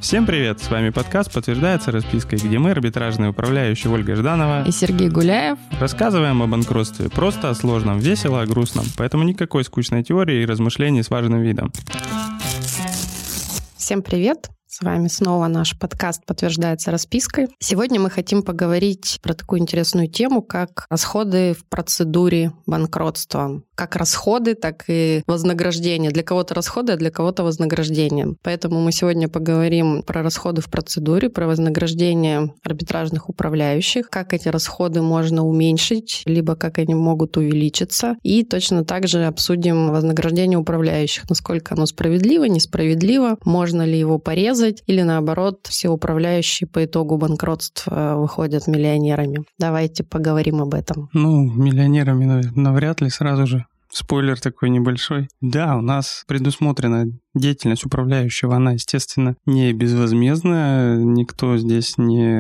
Всем привет! С вами подкаст «Подтверждается распиской», где мы, арбитражные управляющие Ольга Жданова и Сергей Гуляев, рассказываем о банкротстве просто, о сложном, весело, о грустном. Поэтому никакой скучной теории и размышлений с важным видом. Всем привет! С вами снова наш подкаст «Подтверждается распиской». Сегодня мы хотим поговорить про такую интересную тему, как расходы в процедуре банкротства. Как расходы, так и вознаграждение. Для кого-то расходы, а для кого-то вознаграждение. Поэтому мы сегодня поговорим про расходы в процедуре, про вознаграждение арбитражных управляющих, как эти расходы можно уменьшить, либо как они могут увеличиться. И точно так же обсудим вознаграждение управляющих, насколько оно справедливо, несправедливо, можно ли его порезать, или наоборот, все управляющие по итогу банкротства выходят миллионерами. Давайте поговорим об этом. Миллионерами навряд ли сразу же. Спойлер такой небольшой. Да, у нас предусмотрена деятельность управляющего, она, естественно, не безвозмездная. Никто здесь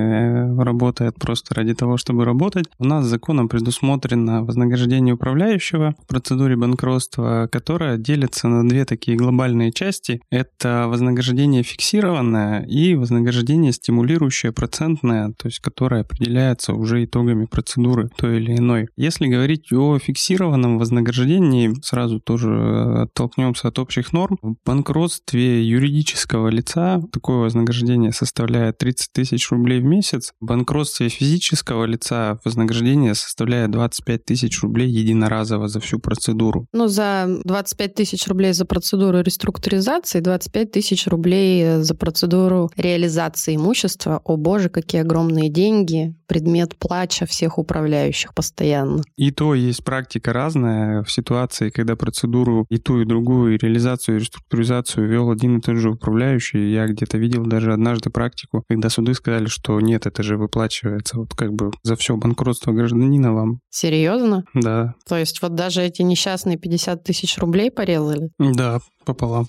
не работает просто ради того, чтобы работать. У нас законом предусмотрено вознаграждение управляющего в процедуре банкротства, которое делится на две такие глобальные части. Это вознаграждение фиксированное и вознаграждение стимулирующее процентное, то есть которое определяется уже итогами процедуры той или иной. Если говорить о фиксированном вознаграждении, сразу тоже оттолкнемся от общих норм. В банкротстве юридического лица такое вознаграждение составляет 30 тысяч рублей в месяц. В банкротстве физического лица вознаграждение составляет 25 тысяч рублей единоразово за всю процедуру. За 25 тысяч рублей за процедуру реструктуризации, 25 тысяч рублей за процедуру реализации имущества. О боже, какие огромные деньги. Предмет плача всех управляющих постоянно. И то есть практика разная. В ситуации, когда процедуру и ту, и другую, и реализацию, и реструктуризацию вел один и тот же управляющий, я где-то видел даже однажды практику, когда суды сказали, что нет, это же выплачивается за все банкротство гражданина вам. Серьезно? Да. То есть даже эти несчастные 50 тысяч рублей порезали? Да, пополам.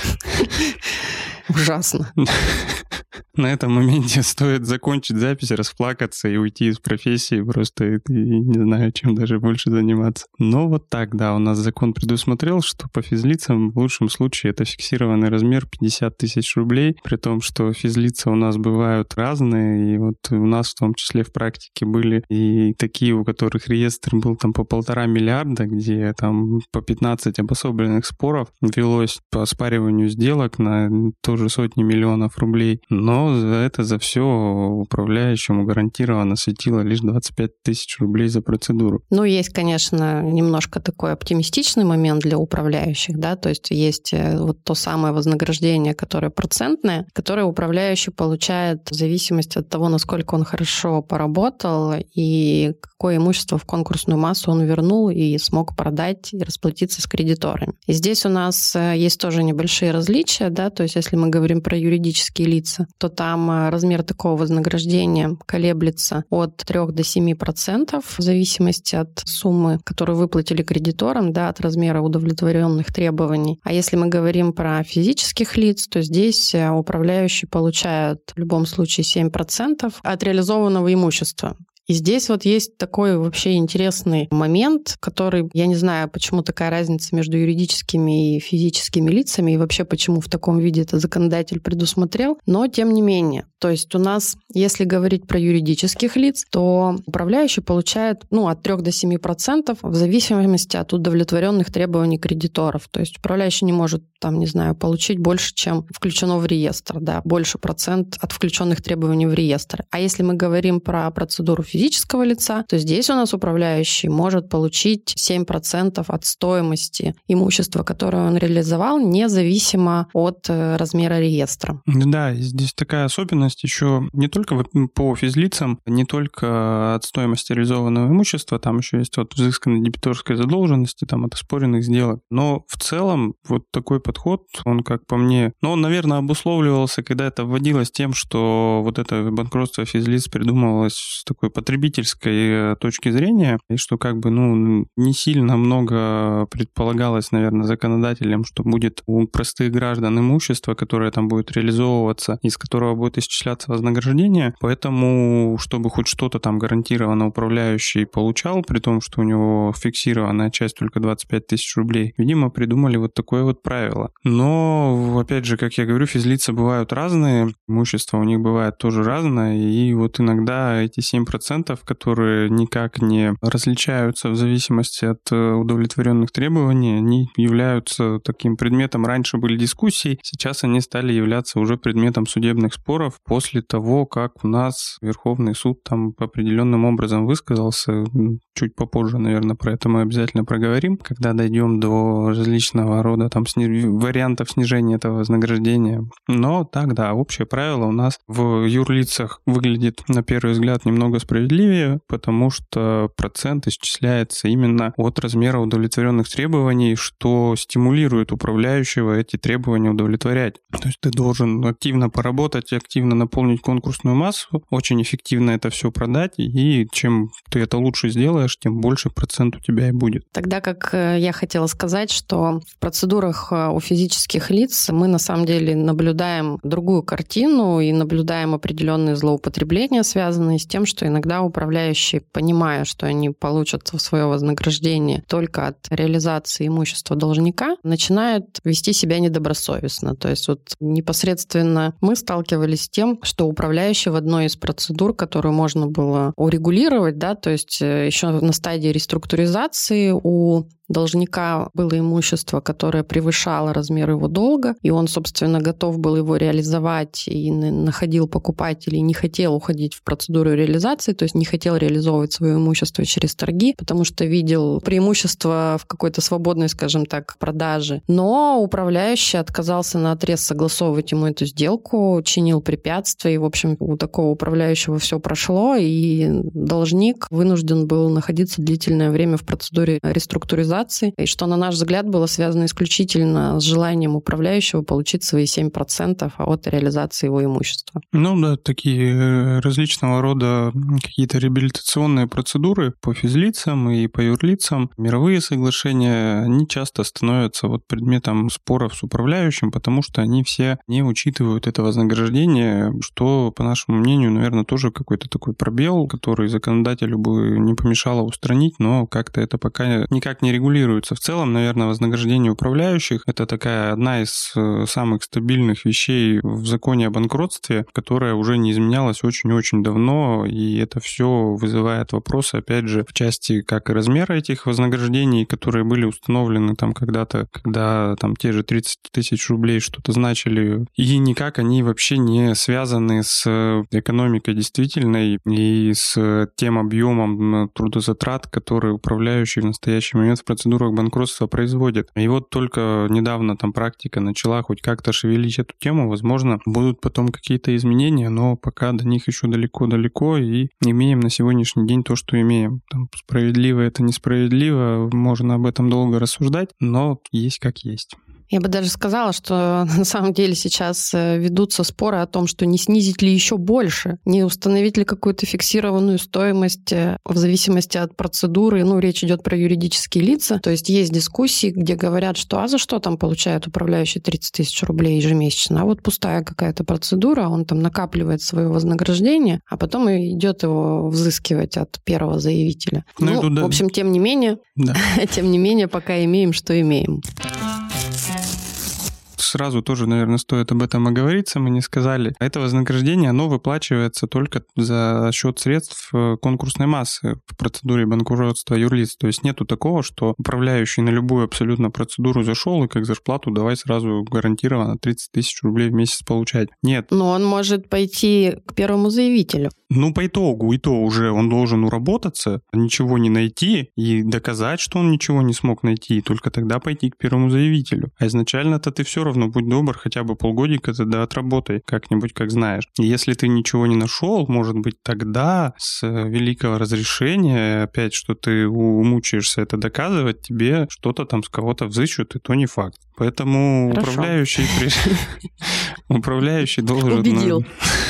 Ужасно. На этом моменте стоит закончить запись, расплакаться и уйти из профессии, просто не знаю, чем даже больше заниматься. Но вот так, да, у нас закон предусмотрел, что по физлицам в лучшем случае это фиксированный размер 50 тысяч рублей, при том, что физлица у нас бывают разные, и вот у нас в том числе в практике были и такие, у которых реестр был там по 1,5 миллиарда, где там по 15 обособленных споров велось по оспариванию сделок на тоже сотни миллионов рублей, но за все управляющему гарантированно светило лишь 25 тысяч рублей за процедуру. Есть, конечно, немножко такой оптимистичный момент для управляющих, да, то есть есть то самое вознаграждение, которое процентное, которое управляющий получает в зависимости от того, насколько он хорошо поработал и какое имущество в конкурсную массу он вернул и смог продать и расплатиться с кредиторами. И здесь у нас есть тоже небольшие различия, да, то есть если мы говорим про юридические лица, то там размер такого вознаграждения колеблется от 3 до 7% в зависимости от суммы, которую выплатили кредиторам, да, от размера удовлетворенных требований. А если мы говорим про физических лиц, то здесь управляющий получает в любом случае 7% от реализованного имущества. И здесь есть такой вообще интересный момент, который, я не знаю, почему такая разница между юридическими и физическими лицами, и вообще почему в таком виде это законодатель предусмотрел, но тем не менее. То есть у нас, если говорить про юридических лиц, то управляющий получает от 3 до 7% в зависимости от удовлетворенных требований кредиторов. То есть управляющий не может получить больше, чем включено в реестр, да, больше процент от включенных требований в реестр. А если мы говорим про процедуру физического лица, то здесь у нас управляющий может получить 7% от стоимости имущества, которое он реализовал, независимо от размера реестра. Да, здесь такая особенность еще не только по физлицам, не только от стоимости реализованного имущества, там еще есть взысканной дебиторской задолженности, от оспоренных сделок. Но в целом такой подход, он, как по мне, он, наверное, обусловливался, когда это вводилось тем, что это банкротство физлиц придумывалось с такой потребительской точки зрения, и что не сильно много предполагалось, наверное, законодателем, что будет у простых граждан имущество, которое там будет реализовываться, из которого будет исчисляться вознаграждение. Поэтому, чтобы хоть что-то там гарантированно управляющий получал, при том, что у него фиксированная часть только 25 тысяч рублей, видимо, придумали вот такое вот правило. Но, опять же, как я говорю, физлица бывают разные, имущество у них бывает тоже разное, и вот иногда эти 7%, которые никак не различаются в зависимости от удовлетворенных требований, они являются таким предметом. Раньше были дискуссии, сейчас они стали являться уже предметом судебных споров после того, как у нас Верховный суд там определенным образом высказался. Чуть попозже, наверное, про это мы обязательно проговорим, когда дойдем до различного рода там вариантов снижения этого вознаграждения. Но так, да, общее правило у нас в юрлицах выглядит на первый взгляд немного справедливее, потому что процент исчисляется именно от размера удовлетворенных требований, что стимулирует управляющего эти требования удовлетворять. То есть ты должен активно поработать, активно наполнить конкурсную массу, очень эффективно это все продать, и чем ты это лучше сделаешь, тем больше процент у тебя и будет. Тогда как я хотела сказать, что в процедурах у физических лиц мы на самом деле наблюдаем другую картину и наблюдаем определенные злоупотребления, связанные с тем, что иногда управляющие, понимая, что они получат свое вознаграждение только от реализации имущества должника, начинают вести себя недобросовестно. То есть вот непосредственно мы сталкивались с тем, что управляющий в одной из процедур, которую можно было урегулировать, да, то есть еще на стадии реструктуризации у должника было имущество, которое превышало размер его долга, и он, собственно, готов был его реализовать и находил покупателей, не хотел уходить в процедуру реализации, то есть не хотел реализовывать свое имущество через торги, потому что видел преимущество в какой-то свободной, скажем так, продаже. Но управляющий отказался наотрез согласовывать ему эту сделку, чинил препятствия, и, в общем, у такого управляющего все прошло, и должник вынужден был находиться длительное время в процедуре реструктуризации, и что, на наш взгляд, было связано исключительно с желанием управляющего получить свои 7% от реализации его имущества. Ну да, такие различного рода какие-то реабилитационные процедуры по физлицам и по юрлицам, мировые соглашения, они часто становятся вот предметом споров с управляющим, потому что они все не учитывают это вознаграждение, что, по нашему мнению, наверное, тоже какой-то такой пробел, который законодателю бы не помешало устранить, но как-то это пока никак не регулируется. В целом, наверное, вознаграждение управляющих — это такая одна из самых стабильных вещей в законе о банкротстве, которая уже не изменялась очень-очень давно, и это все вызывает вопросы, опять же, в части как и размера этих вознаграждений, которые были установлены там когда-то, когда там те же 30 тысяч рублей что-то значили, и никак они вообще не связаны с экономикой действительной и с тем объемом трудозатрат, которые управляющий в настоящий момент в процедурах банкротства производит. И вот только недавно там практика начала хоть как-то шевелить эту тему, возможно, будут потом какие-то изменения, но пока до них еще далеко-далеко, и имеем на сегодняшний день то, что имеем. Там справедливо это, несправедливо, можно об этом долго рассуждать, но есть как есть. Я бы даже сказала, что на самом деле сейчас ведутся споры о том, что не снизить ли еще больше, не установить ли какую-то фиксированную стоимость в зависимости от процедуры. Ну, речь идет про юридические лица. То есть есть дискуссии, где говорят, что а за что там получает управляющий 30 тысяч рублей ежемесячно? А вот пустая какая-то процедура, он там накапливает свое вознаграждение, а потом идет его взыскивать от первого заявителя. В общем, тем не менее, пока имеем, что имеем. Сразу тоже, наверное, стоит об этом оговориться, мы не сказали. Это вознаграждение, оно выплачивается только за счет средств конкурсной массы в процедуре банкротства юрлиц. То есть нету такого, что управляющий на любую абсолютно процедуру зашел и как зарплату давай сразу гарантированно 30 тысяч рублей в месяц получать. Нет. Но он может пойти к первому заявителю. Ну, по итогу, и то уже он должен уработаться, ничего не найти и доказать, что он ничего не смог найти, и только тогда пойти к первому заявителю. А изначально-то ты все равно, будь добр, хотя бы полгодика тогда отработай как-нибудь, как знаешь. И если ты ничего не нашел, может быть, тогда с великого разрешения, опять, что ты умучаешься это доказывать, тебе что-то там с кого-то взыщут, и то не факт. Поэтому управляющий должен... Убедил.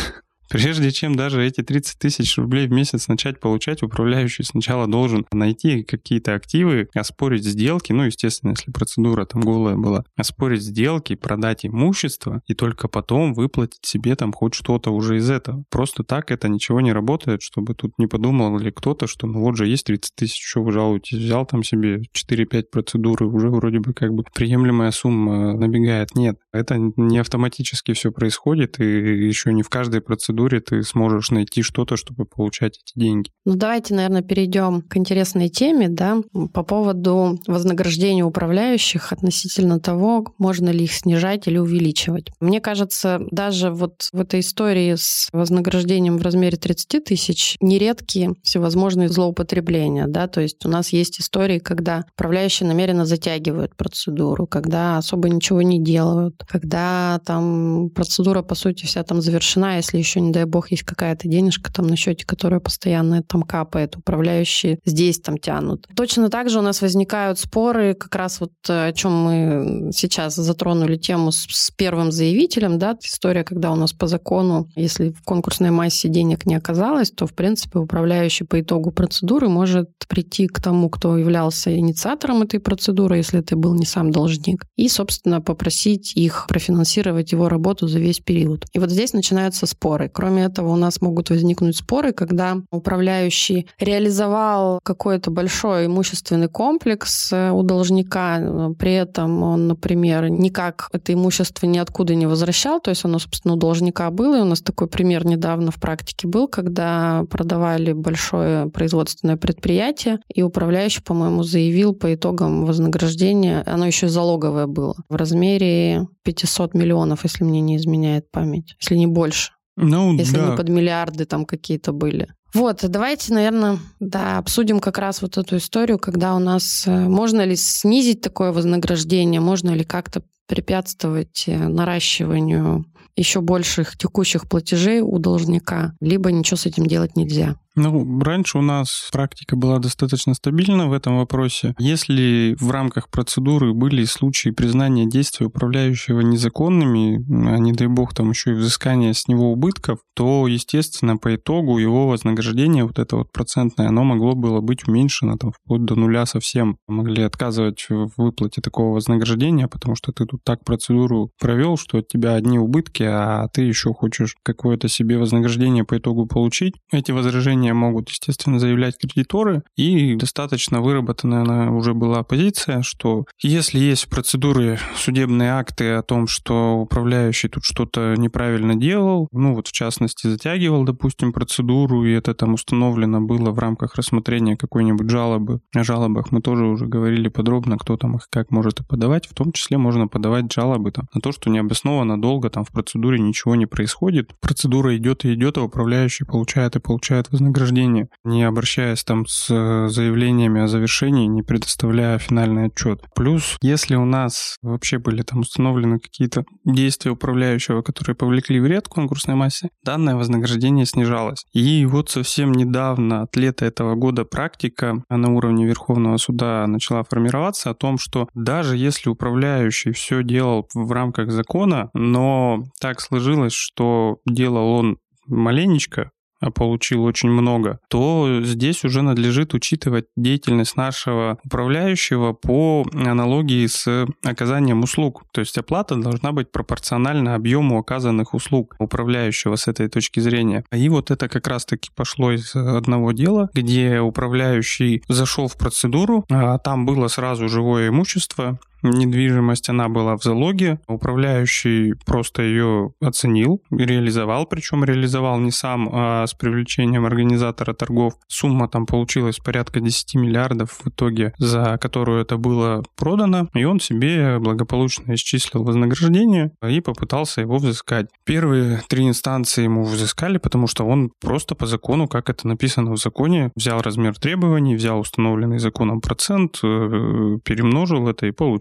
Прежде чем даже эти 30 тысяч рублей в месяц начать получать, управляющий сначала должен найти какие-то активы, оспорить сделки, ну, естественно, если процедура там голая была, оспорить сделки, продать имущество и только потом выплатить себе там хоть что-то уже из этого. Просто так это ничего не работает, чтобы тут не подумал ли кто-то, что ну вот же есть 30 тысяч, что вы жалуетесь, взял там себе 4-5 процедур, и уже вроде бы как бы приемлемая сумма набегает. Нет, это не автоматически все происходит, и еще не в каждой процедуре ты сможешь найти что-то, чтобы получать эти деньги. Ну, давайте, наверное, перейдем к интересной теме, да, по поводу вознаграждения управляющих относительно того, можно ли их снижать или увеличивать. Мне кажется, даже вот в этой истории с вознаграждением в размере 30 тысяч нередки всевозможные злоупотребления, да, то есть у нас есть истории, когда управляющие намеренно затягивают процедуру, когда особо ничего не делают, когда там процедура, по сути, вся там завершена, если еще, не дай бог, есть какая-то денежка там на счете, которая постоянно там капает, управляющие здесь там тянут. Точно так же у нас возникают споры, как раз вот о чем мы сейчас затронули тему с первым заявителем, да, история, когда у нас по закону, если в конкурсной массе денег не оказалось, то, в принципе, управляющий по итогу процедуры может прийти к тому, кто являлся инициатором этой процедуры, если это был не сам должник, и, собственно, попросить их профинансировать его работу за весь период. И вот здесь начинаются споры. Кроме этого, у нас могут возникнуть споры, когда управляющий реализовал какой-то большой имущественный комплекс у должника, при этом он, например, никак это имущество ниоткуда не возвращал, то есть оно, собственно, у должника было, и у нас такой пример недавно в практике был, когда продавали большое производственное предприятие, и управляющий, по-моему, заявил по итогам вознаграждения, оно еще и залоговое было, в размере 500 миллионов, если мне не изменяет память, если не больше. Ну, если да. не под миллиарды там какие-то были. Вот, давайте, наверное, обсудим как раз вот эту историю, когда у нас можно ли снизить такое вознаграждение, можно ли как-то препятствовать наращиванию еще больших текущих платежей у должника, либо ничего с этим делать нельзя. Ну, раньше у нас практика была достаточно стабильна в этом вопросе. Если в рамках процедуры были случаи признания действий управляющего незаконными, а не дай бог там еще и взыскания с него убытков, то, естественно, по итогу его вознаграждение, вот это вот процентное, оно могло было быть уменьшено там вплоть до нуля совсем. Могли отказывать в выплате такого вознаграждения, потому что ты тут так процедуру провел, что от тебя одни убытки, а ты еще хочешь какое-то себе вознаграждение по итогу получить. Эти возражения могут, естественно, заявлять кредиторы, и достаточно выработанная уже была позиция, что если есть в процедуре судебные акты о том, что управляющий тут что-то неправильно делал, ну вот в частности затягивал, допустим, процедуру, и это там установлено было в рамках рассмотрения какой-нибудь жалобы. О жалобах мы тоже уже говорили подробно, кто там их как может и подавать, в том числе можно подавать жалобы там на то, что необоснованно долго там в процедуре ничего не происходит. Процедура идет и идет, а управляющий получает и получает вознаграждение, не обращаясь там с заявлениями о завершении, не предоставляя финальный отчет. Плюс, если у нас вообще были там установлены какие-то действия управляющего, которые повлекли вред конкурсной массе, данное вознаграждение снижалось. И вот совсем недавно, от лета этого года, практика на уровне Верховного суда начала формироваться о том, что даже если управляющий все делал в рамках закона, но так сложилось, что делал он маленечко, а получил очень много, то здесь уже надлежит учитывать деятельность нашего управляющего по аналогии с оказанием услуг. То есть оплата должна быть пропорциональна объему оказанных услуг управляющего с этой точки зрения. И вот это как раз-таки пошло из одного дела, где управляющий зашел в процедуру, а там было сразу живое имущество, недвижимость, она была в залоге, управляющий просто ее оценил, реализовал, причем реализовал не сам, а с привлечением организатора торгов. Сумма там получилась порядка 10 миллиардов в итоге, за которую это было продано, и он себе благополучно исчислил вознаграждение и попытался его взыскать. Первые 3 инстанции ему взыскали, потому что он просто по закону, как это написано в законе, взял размер требований, взял установленный законом процент, перемножил это и получил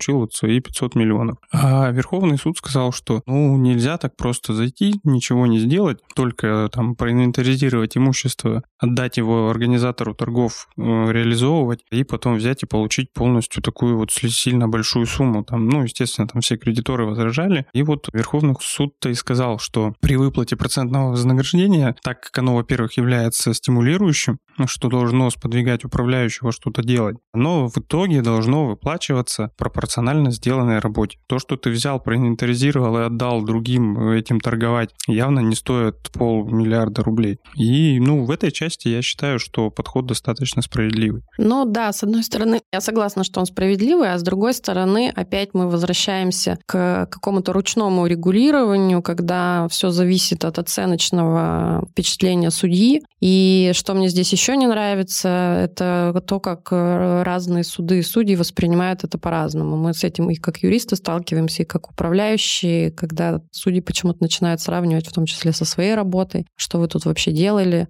получил вот свои 500 миллионов. А Верховный суд сказал, что нельзя так просто зайти, ничего не сделать, только там проинвентаризировать имущество, отдать его организатору торгов, реализовывать, и потом взять и получить полностью такую вот сильно большую сумму. Там, естественно, там все кредиторы возражали. И вот Верховный суд-то и сказал, что при выплате процентного вознаграждения, так как оно, во-первых, является стимулирующим, что должно сподвигать управляющего что-то делать, оно в итоге должно выплачиваться пропорционально сделанной работе. То, что ты взял, проинвентаризировал и отдал другим этим торговать, явно не стоит 500 миллиарда рублей. И, в этой части я считаю, что подход достаточно справедливый. Да, с одной стороны, я согласна, что он справедливый, а с другой стороны, опять мы возвращаемся к какому-то ручному регулированию, когда все зависит от оценочного впечатления судьи. И что мне здесь еще не нравится, это то, как разные суды и судьи воспринимают это по-разному. Мы с этим и как юристы сталкиваемся, и как управляющие, когда судьи почему-то начинают сравнивать, в том числе со своей работой, что вы тут вообще делали.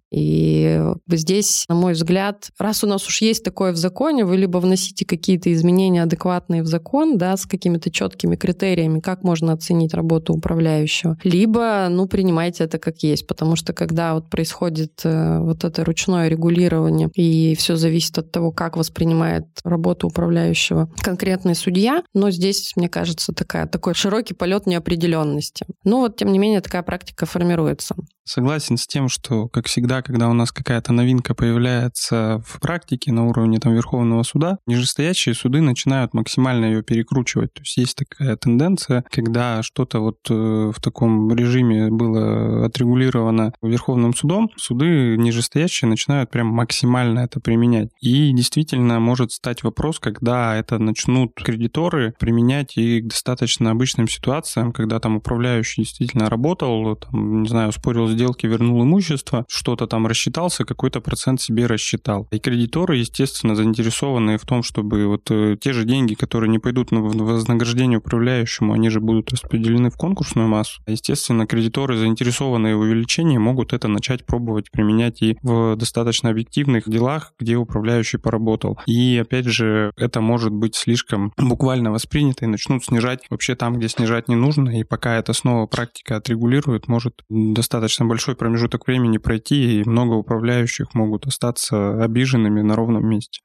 И здесь, на мой взгляд, раз у нас уж есть такое в законе, вы либо вносите какие-то изменения адекватные в закон, да, с какими-то четкими критериями, как можно оценить работу управляющего, либо, принимайте это как есть, потому что когда вот происходит вот это ручное регулирование, и все зависит от того, как воспринимает работу управляющего конкретный судья, но здесь, мне кажется, такой широкий полет неопределенности. Тем не менее, такая практика формируется. Согласен с тем, что, как всегда, когда у нас какая-то новинка появляется в практике на уровне Верховного суда, нижестоящие суды начинают максимально ее перекручивать. То есть есть такая тенденция, когда что-то в таком режиме было отрегулировано Верховным судом, суды нижестоящие начинают прям максимально это применять. И действительно может стать вопрос, когда это начнут кредиторы применять и к достаточно обычным ситуациям, когда управляющий действительно работал, спорил сделки, вернул имущество, что-то рассчитался, какой-то процент себе рассчитал. И кредиторы, естественно, заинтересованы в том, чтобы те же деньги, которые не пойдут на вознаграждение управляющему, они же будут распределены в конкурсную массу. Естественно, кредиторы, заинтересованные в увеличении, могут это начать пробовать применять и в достаточно объективных делах, где управляющий поработал. И, опять же, это может быть слишком буквально воспринято и начнут снижать вообще там, где снижать не нужно. И пока это снова практика отрегулирует, может достаточно большой промежуток времени пройти, и много управляющих могут остаться обиженными на ровном месте.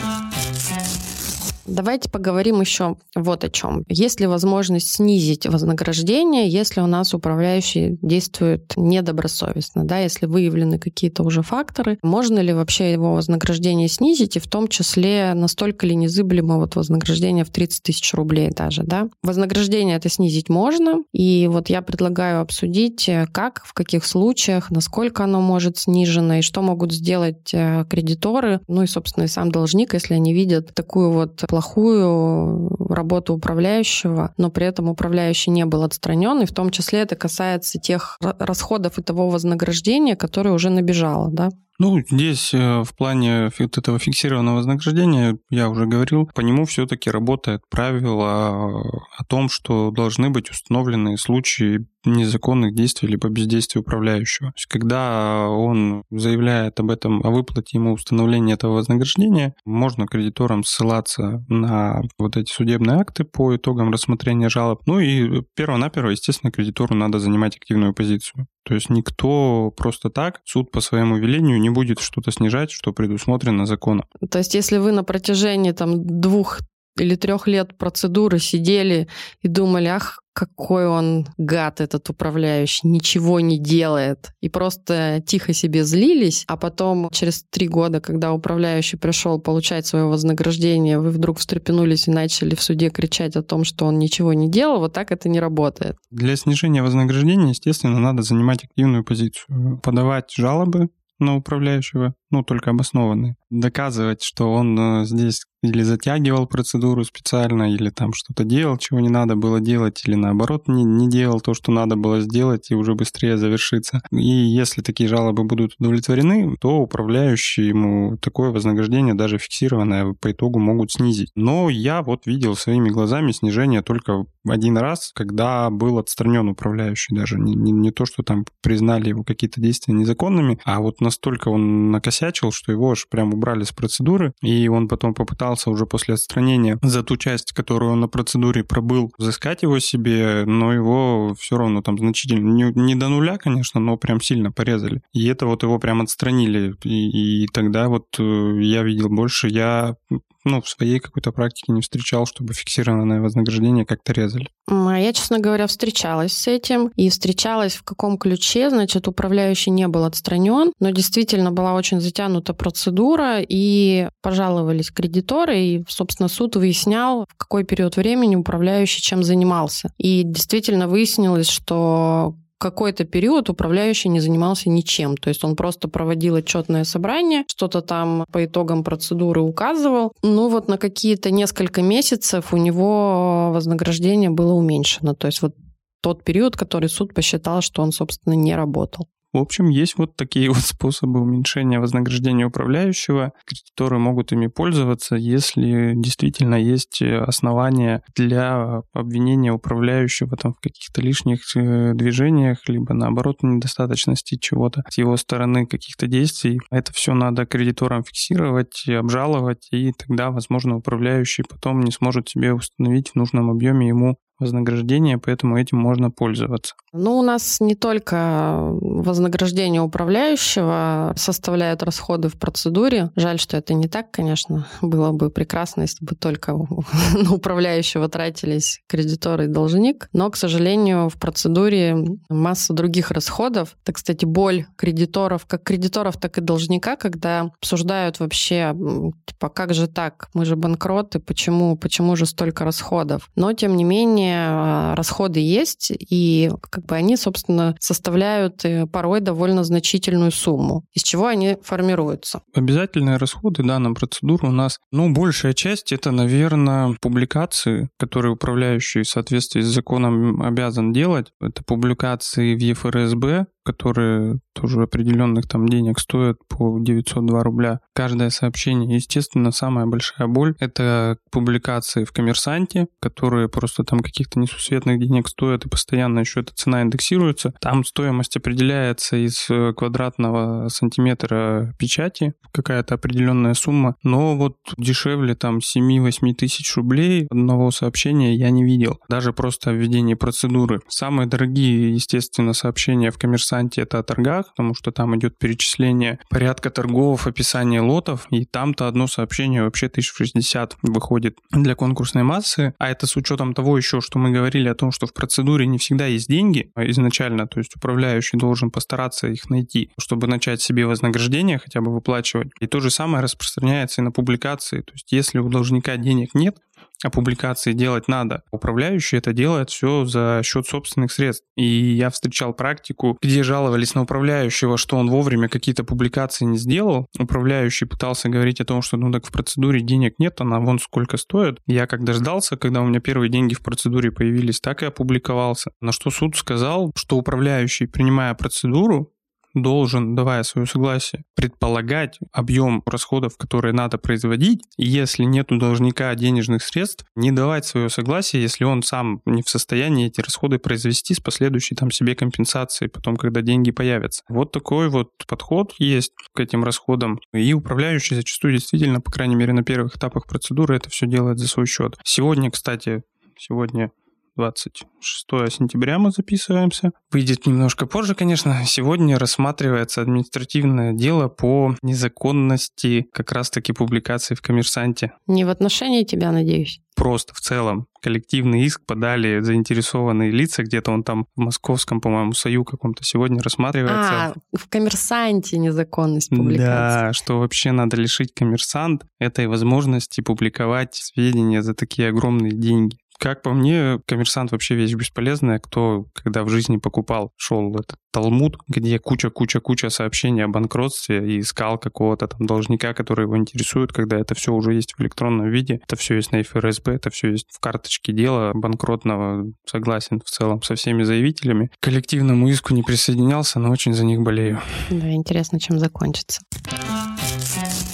Давайте поговорим еще вот о чем. Есть ли возможность снизить вознаграждение, если у нас управляющий действует недобросовестно, да, если выявлены какие-то уже факторы, можно ли вообще его вознаграждение снизить, и в том числе настолько ли незыблемо вознаграждение в 30 тысяч рублей даже, да? Вознаграждение это снизить можно, и я предлагаю обсудить, как, в каких случаях, насколько оно может снижено, и что могут сделать кредиторы, и, собственно, и сам должник, если они видят такую плохую работу управляющего, но при этом управляющий не был отстранен, и в том числе это касается тех расходов и того вознаграждения, которое уже набежало, да? Здесь в плане этого фиксированного вознаграждения, я уже говорил, по нему все-таки работает правило о том, что должны быть установлены случаи незаконных действий либо бездействия управляющего. То есть, когда он заявляет об этом, о выплате ему установления этого вознаграждения, можно кредиторам ссылаться на эти судебные акты по итогам рассмотрения жалоб. И перво-наперво, естественно, кредитору надо занимать активную позицию. То есть никто просто так, суд по своему велению не будет что-то снижать, что предусмотрено законом. То есть если вы на протяжении 2 или 3 лет процедуры сидели и думали, какой он гад, этот управляющий, ничего не делает, и просто тихо себе злились, а потом через 3 года, когда управляющий пришел получать свое вознаграждение, вы вдруг встрепенулись и начали в суде кричать о том, что он ничего не делал, так это не работает. Для снижения вознаграждения, естественно, надо занимать активную позицию, подавать жалобы на управляющего, только обоснованные. Доказывать, что он здесь или затягивал процедуру специально, или что-то делал, чего не надо было делать, или наоборот не делал то, что надо было сделать, и уже быстрее завершиться. И если такие жалобы будут удовлетворены, то управляющий ему такое вознаграждение, даже фиксированное, по итогу могут снизить. Но я видел своими глазами снижение только один раз, когда был отстранен управляющий. Даже не то, что признали его какие-то действия незаконными, а настолько он накосячил, что его аж прям убрали с процедуры, и он потом попытался пытался уже после отстранения за ту часть, которую он на процедуре пробыл, взыскать его себе, но его все равно там значительно, не до нуля, конечно, но прям сильно порезали. И это вот его прям отстранили. И тогда вот я видел больше, я в своей какой-то практике не встречал, чтобы фиксированное вознаграждение как-то резали. Я, честно говоря, встречалась с этим. И встречалась в каком ключе. Значит, управляющий не был отстранен, но действительно была очень затянута процедура, и пожаловались кредиторы, и, собственно, суд выяснял, в какой период времени управляющий чем занимался. И действительно выяснилось, что какой-то период управляющий не занимался ничем. То есть он просто проводил отчетное собрание, что-то там по итогам процедуры указывал. Вот на какие-то несколько месяцев у него вознаграждение было уменьшено. То есть вот тот период, который суд посчитал, что он, собственно, не работал. В общем, есть вот такие вот способы уменьшения вознаграждения управляющего. Кредиторы могут ими пользоваться, если действительно есть основания для обвинения управляющего там в каких-то лишних движениях, либо наоборот недостаточности чего-то с его стороны, каких-то действий. Это все надо кредиторам фиксировать, обжаловать, и тогда, возможно, управляющий потом не сможет себе установить в нужном объеме ему вознаграждение, поэтому этим можно пользоваться. У нас не только вознаграждение управляющего составляют расходы в процедуре. Жаль, что это не так, конечно. Было бы прекрасно, если бы только на управляющего тратились кредитор и должник. Но, к сожалению, в процедуре масса других расходов. Это, кстати, боль кредиторов, как кредиторов, так и должника, когда обсуждают вообще, как же так? Мы же банкроты, почему же столько расходов? Но, тем не менее, расходы есть, и они, собственно, составляют порой довольно значительную сумму. Из чего они формируются? Обязательные расходы, на процедуру у нас, большая часть это, наверное, публикации, которые управляющий в соответствии с законом обязан делать. Это публикации в ЕФРСБ, которые тоже определенных там денег стоят по 902 рубля. Каждое сообщение, естественно, самая большая боль — это публикации в «Коммерсанте», которые просто там каких-то несусветных денег стоят, и постоянно еще эта цена индексируется. Там стоимость определяется из квадратного сантиметра печати, какая-то определенная сумма, но вот дешевле там 7-8 тысяч рублей одного сообщения я не видел. Даже просто в введении процедуры. Самые дорогие, естественно, сообщения в «Коммерсанте» это о торгах, потому что там идет перечисление порядка торгов, описание лотов, и там-то одно сообщение вообще 1060 выходит для конкурсной массы, а это с учетом того еще, что мы говорили о том, что в процедуре не всегда есть деньги изначально, то есть управляющий должен постараться их найти, чтобы начать себе вознаграждение хотя бы выплачивать. И то же самое распространяется и на публикации, то есть если у должника денег нет, а публикации делать надо. Управляющий это делает все за счет собственных средств. И я встречал практику, где жаловались на управляющего, что он вовремя какие-то публикации не сделал. Управляющий пытался говорить о том, что так в процедуре денег нет, она вон сколько стоит. Я как дождался, когда у меня первые деньги в процедуре появились, так и опубликовался. На что суд сказал, что управляющий, принимая процедуру, должен, давая свое согласие, предполагать объем расходов, которые надо производить, и если нет у должника денежных средств, не давать свое согласие, если он сам не в состоянии эти расходы произвести с последующей себе компенсацией потом, когда деньги появятся. Вот такой вот подход есть к этим расходам, и управляющий зачастую действительно, по крайней мере, на первых этапах процедуры это все делает за свой счет. Сегодня 26 сентября мы записываемся. Выйдет немножко позже, конечно. Сегодня рассматривается административное дело по незаконности как раз-таки публикации в «Коммерсанте». Не в отношении тебя, надеюсь? Просто в целом. Коллективный иск подали заинтересованные лица, где-то он там в московском, по-моему, СОЮ каком-то сегодня рассматривается. В «Коммерсанте» незаконность публикации. Да, что вообще надо лишить «Коммерсант» этой возможности публиковать сведения за такие огромные деньги. Как по мне, «Коммерсант» вообще вещь бесполезная. Кто, когда в жизни покупал, шел этот Талмуд, где куча сообщений о банкротстве, и искал какого-то там должника, который его интересует, когда это все уже есть в электронном виде, это все есть на ФРСБ, это все есть в карточке дела банкротного. Согласен в целом со всеми заявителями. К коллективному иску не присоединялся, но очень за них болею. Да, интересно, чем закончится. К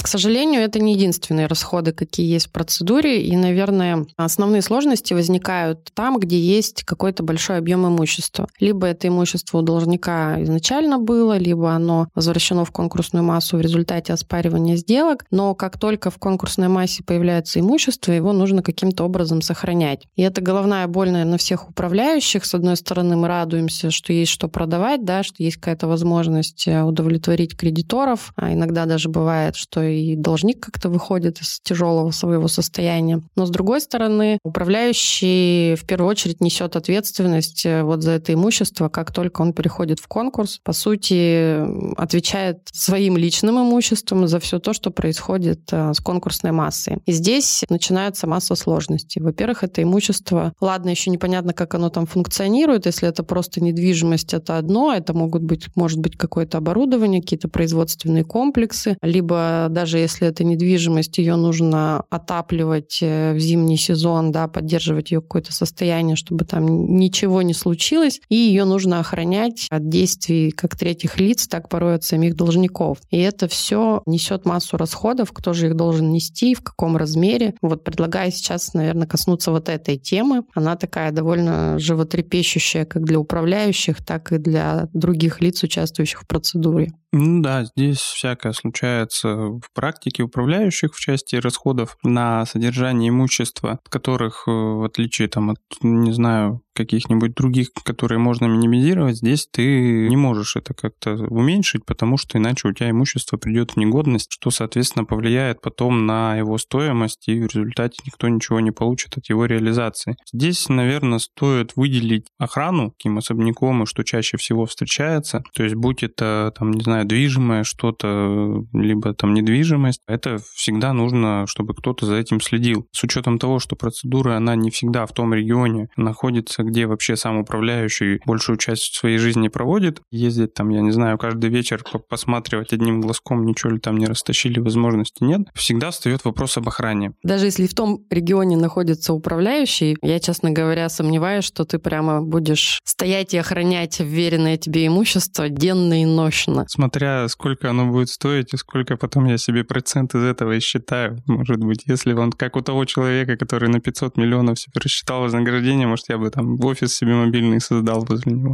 сожалению, это не единственные расходы, какие есть в процедуре, и, наверное, основные сложности возникают там, где есть какой-то большой объем имущества. Либо это имущество у должника изначально было, либо оно возвращено в конкурсную массу в результате оспаривания сделок, но как только в конкурсной массе появляется имущество, его нужно каким-то образом сохранять. И это головная боль, наверное, всех управляющих. С одной стороны, мы радуемся, что есть что продавать, да, что есть какая-то возможность удовлетворить кредиторов, а иногда даже бывает, что и должник как-то выходит из тяжелого своего состояния. Но с другой стороны, управляющий в первую очередь несет ответственность вот за это имущество, как только он переходит в конкурс. По сути, отвечает своим личным имуществом за все то, что происходит с конкурсной массой. И здесь начинается масса сложностей. Во-первых, это имущество, ладно, еще непонятно, как оно там функционирует. Если это просто недвижимость, это одно, это может быть какое-то оборудование, какие-то производственные комплексы, либо даже если это недвижимость, ее нужно отапливать в зимний сезон, да, поддерживать ее какое-то состояние, чтобы там ничего не случилось, и ее нужно охранять от действий как третьих лиц, так порой от самих должников. И это все несет массу расходов, кто же их должен нести, в каком размере. Вот предлагаю сейчас, наверное, коснуться вот этой темы. Она такая довольно животрепещущая как для управляющих, так и для других лиц, участвующих в процедуре. Ну да, здесь всякое случается в практике управляющих в части расходов на содержание имущества, которых, в отличие там, от, не знаю, каких-нибудь других, которые можно минимизировать, здесь ты не можешь это как-то уменьшить, потому что иначе у тебя имущество придет в негодность, что, соответственно, повлияет потом на его стоимость, и в результате никто ничего не получит от его реализации. Здесь, наверное, стоит выделить охрану таким особняком, и что чаще всего встречается, то есть будь это, там, не знаю, движимое что-то, либо там недвижимость, это всегда нужно, чтобы кто-то за этим следил. С учетом того, что процедура, она не всегда в том регионе находится, где вообще сам управляющий большую часть своей жизни проводит, ездить там, я не знаю, каждый вечер посматривать одним глазком, ничего ли там не растащили, возможности нет, всегда встает вопрос об охране. Даже если в том регионе находится управляющий, я, честно говоря, сомневаюсь, что ты прямо будешь стоять и охранять вверенное тебе имущество денно и нощно. Смотря сколько оно будет стоить и сколько потом я себе процент из этого и считаю. Может быть, если он как у того человека, который на 500 миллионов себе рассчитал вознаграждение, может, я бы там в офис себе мобильный создал возле него.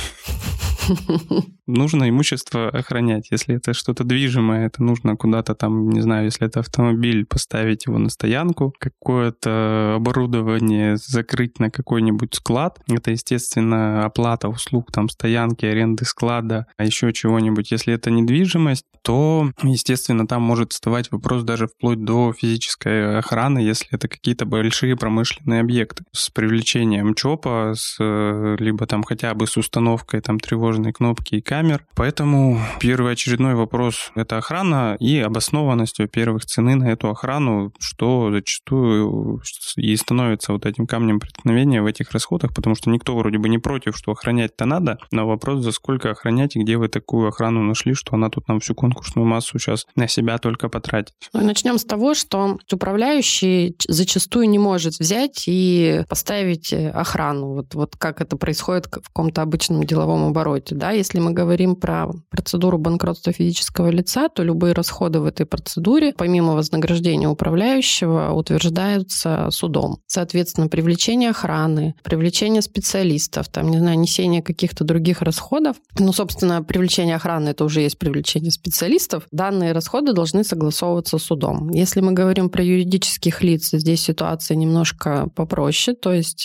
Нужно имущество охранять. Если это что-то движимое, это нужно куда-то там, не знаю, если это автомобиль, поставить его на стоянку, какое-то оборудование закрыть на какой-нибудь склад. Это, естественно, оплата услуг там стоянки, аренды склада, а еще чего-нибудь. Если это недвижимость, то, естественно, там может вставать вопрос даже вплоть до физической охраны, если это какие-то большие промышленные объекты. С привлечением ЧОПа, либо там хотя бы с установкой там тревожной кнопки и камер. Поэтому первоочередной вопрос — это охрана и обоснованность, во-первых, цены на эту охрану, что зачастую и становится вот этим камнем преткновения в этих расходах, потому что никто вроде бы не против, что охранять-то надо, но вопрос, за сколько охранять и где вы такую охрану нашли, что она тут нам всю конкурсную массу сейчас на себя только потратит. Ну, начнем с того, что управляющий зачастую не может взять и поставить охрану. Вот как это происходит в каком-то обычном деловом обороте. Да? Если мы говорим про процедуру банкротства физического лица, то любые расходы в этой процедуре, помимо вознаграждения управляющего, утверждаются судом. Соответственно, привлечение охраны, привлечение специалистов, там, не знаю, несение каких-то других расходов. Ну, собственно, привлечение охраны — это уже есть привлечение специалистов. Данные расходы должны согласовываться с судом. Если мы говорим про юридических лиц, здесь ситуация немножко попроще, то есть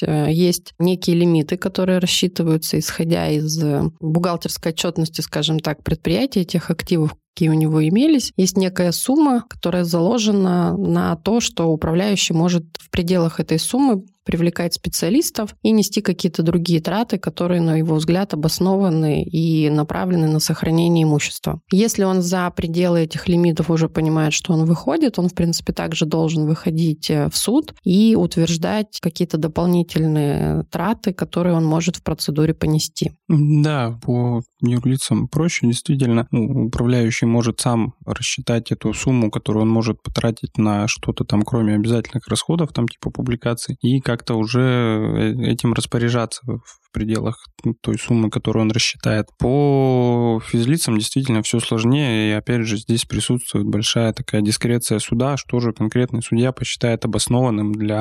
некие лимиты, которые рассчитываются, исходя из бухгалтерской отчетности, скажем так, предприятия, тех активов, какие у него имелись. Есть некая сумма, которая заложена на то, что управляющий может в пределах этой суммы привлекать специалистов и нести какие-то другие траты, которые, на его взгляд, обоснованы и направлены на сохранение имущества. Если он за пределы этих лимитов уже понимает, что он выходит, он, в принципе, также должен выходить в суд и утверждать какие-то дополнительные траты, которые он может в процедуре понести. Да, по юрлицам проще, действительно. Управляющий может сам рассчитать эту сумму, которую он может потратить на что-то там, кроме обязательных расходов, там типа публикаций, и как-то уже этим распоряжаться в пределах той суммы, которую он рассчитает. По физлицам действительно все сложнее, и опять же здесь присутствует большая такая дискреция суда, что же конкретный судья посчитает обоснованным для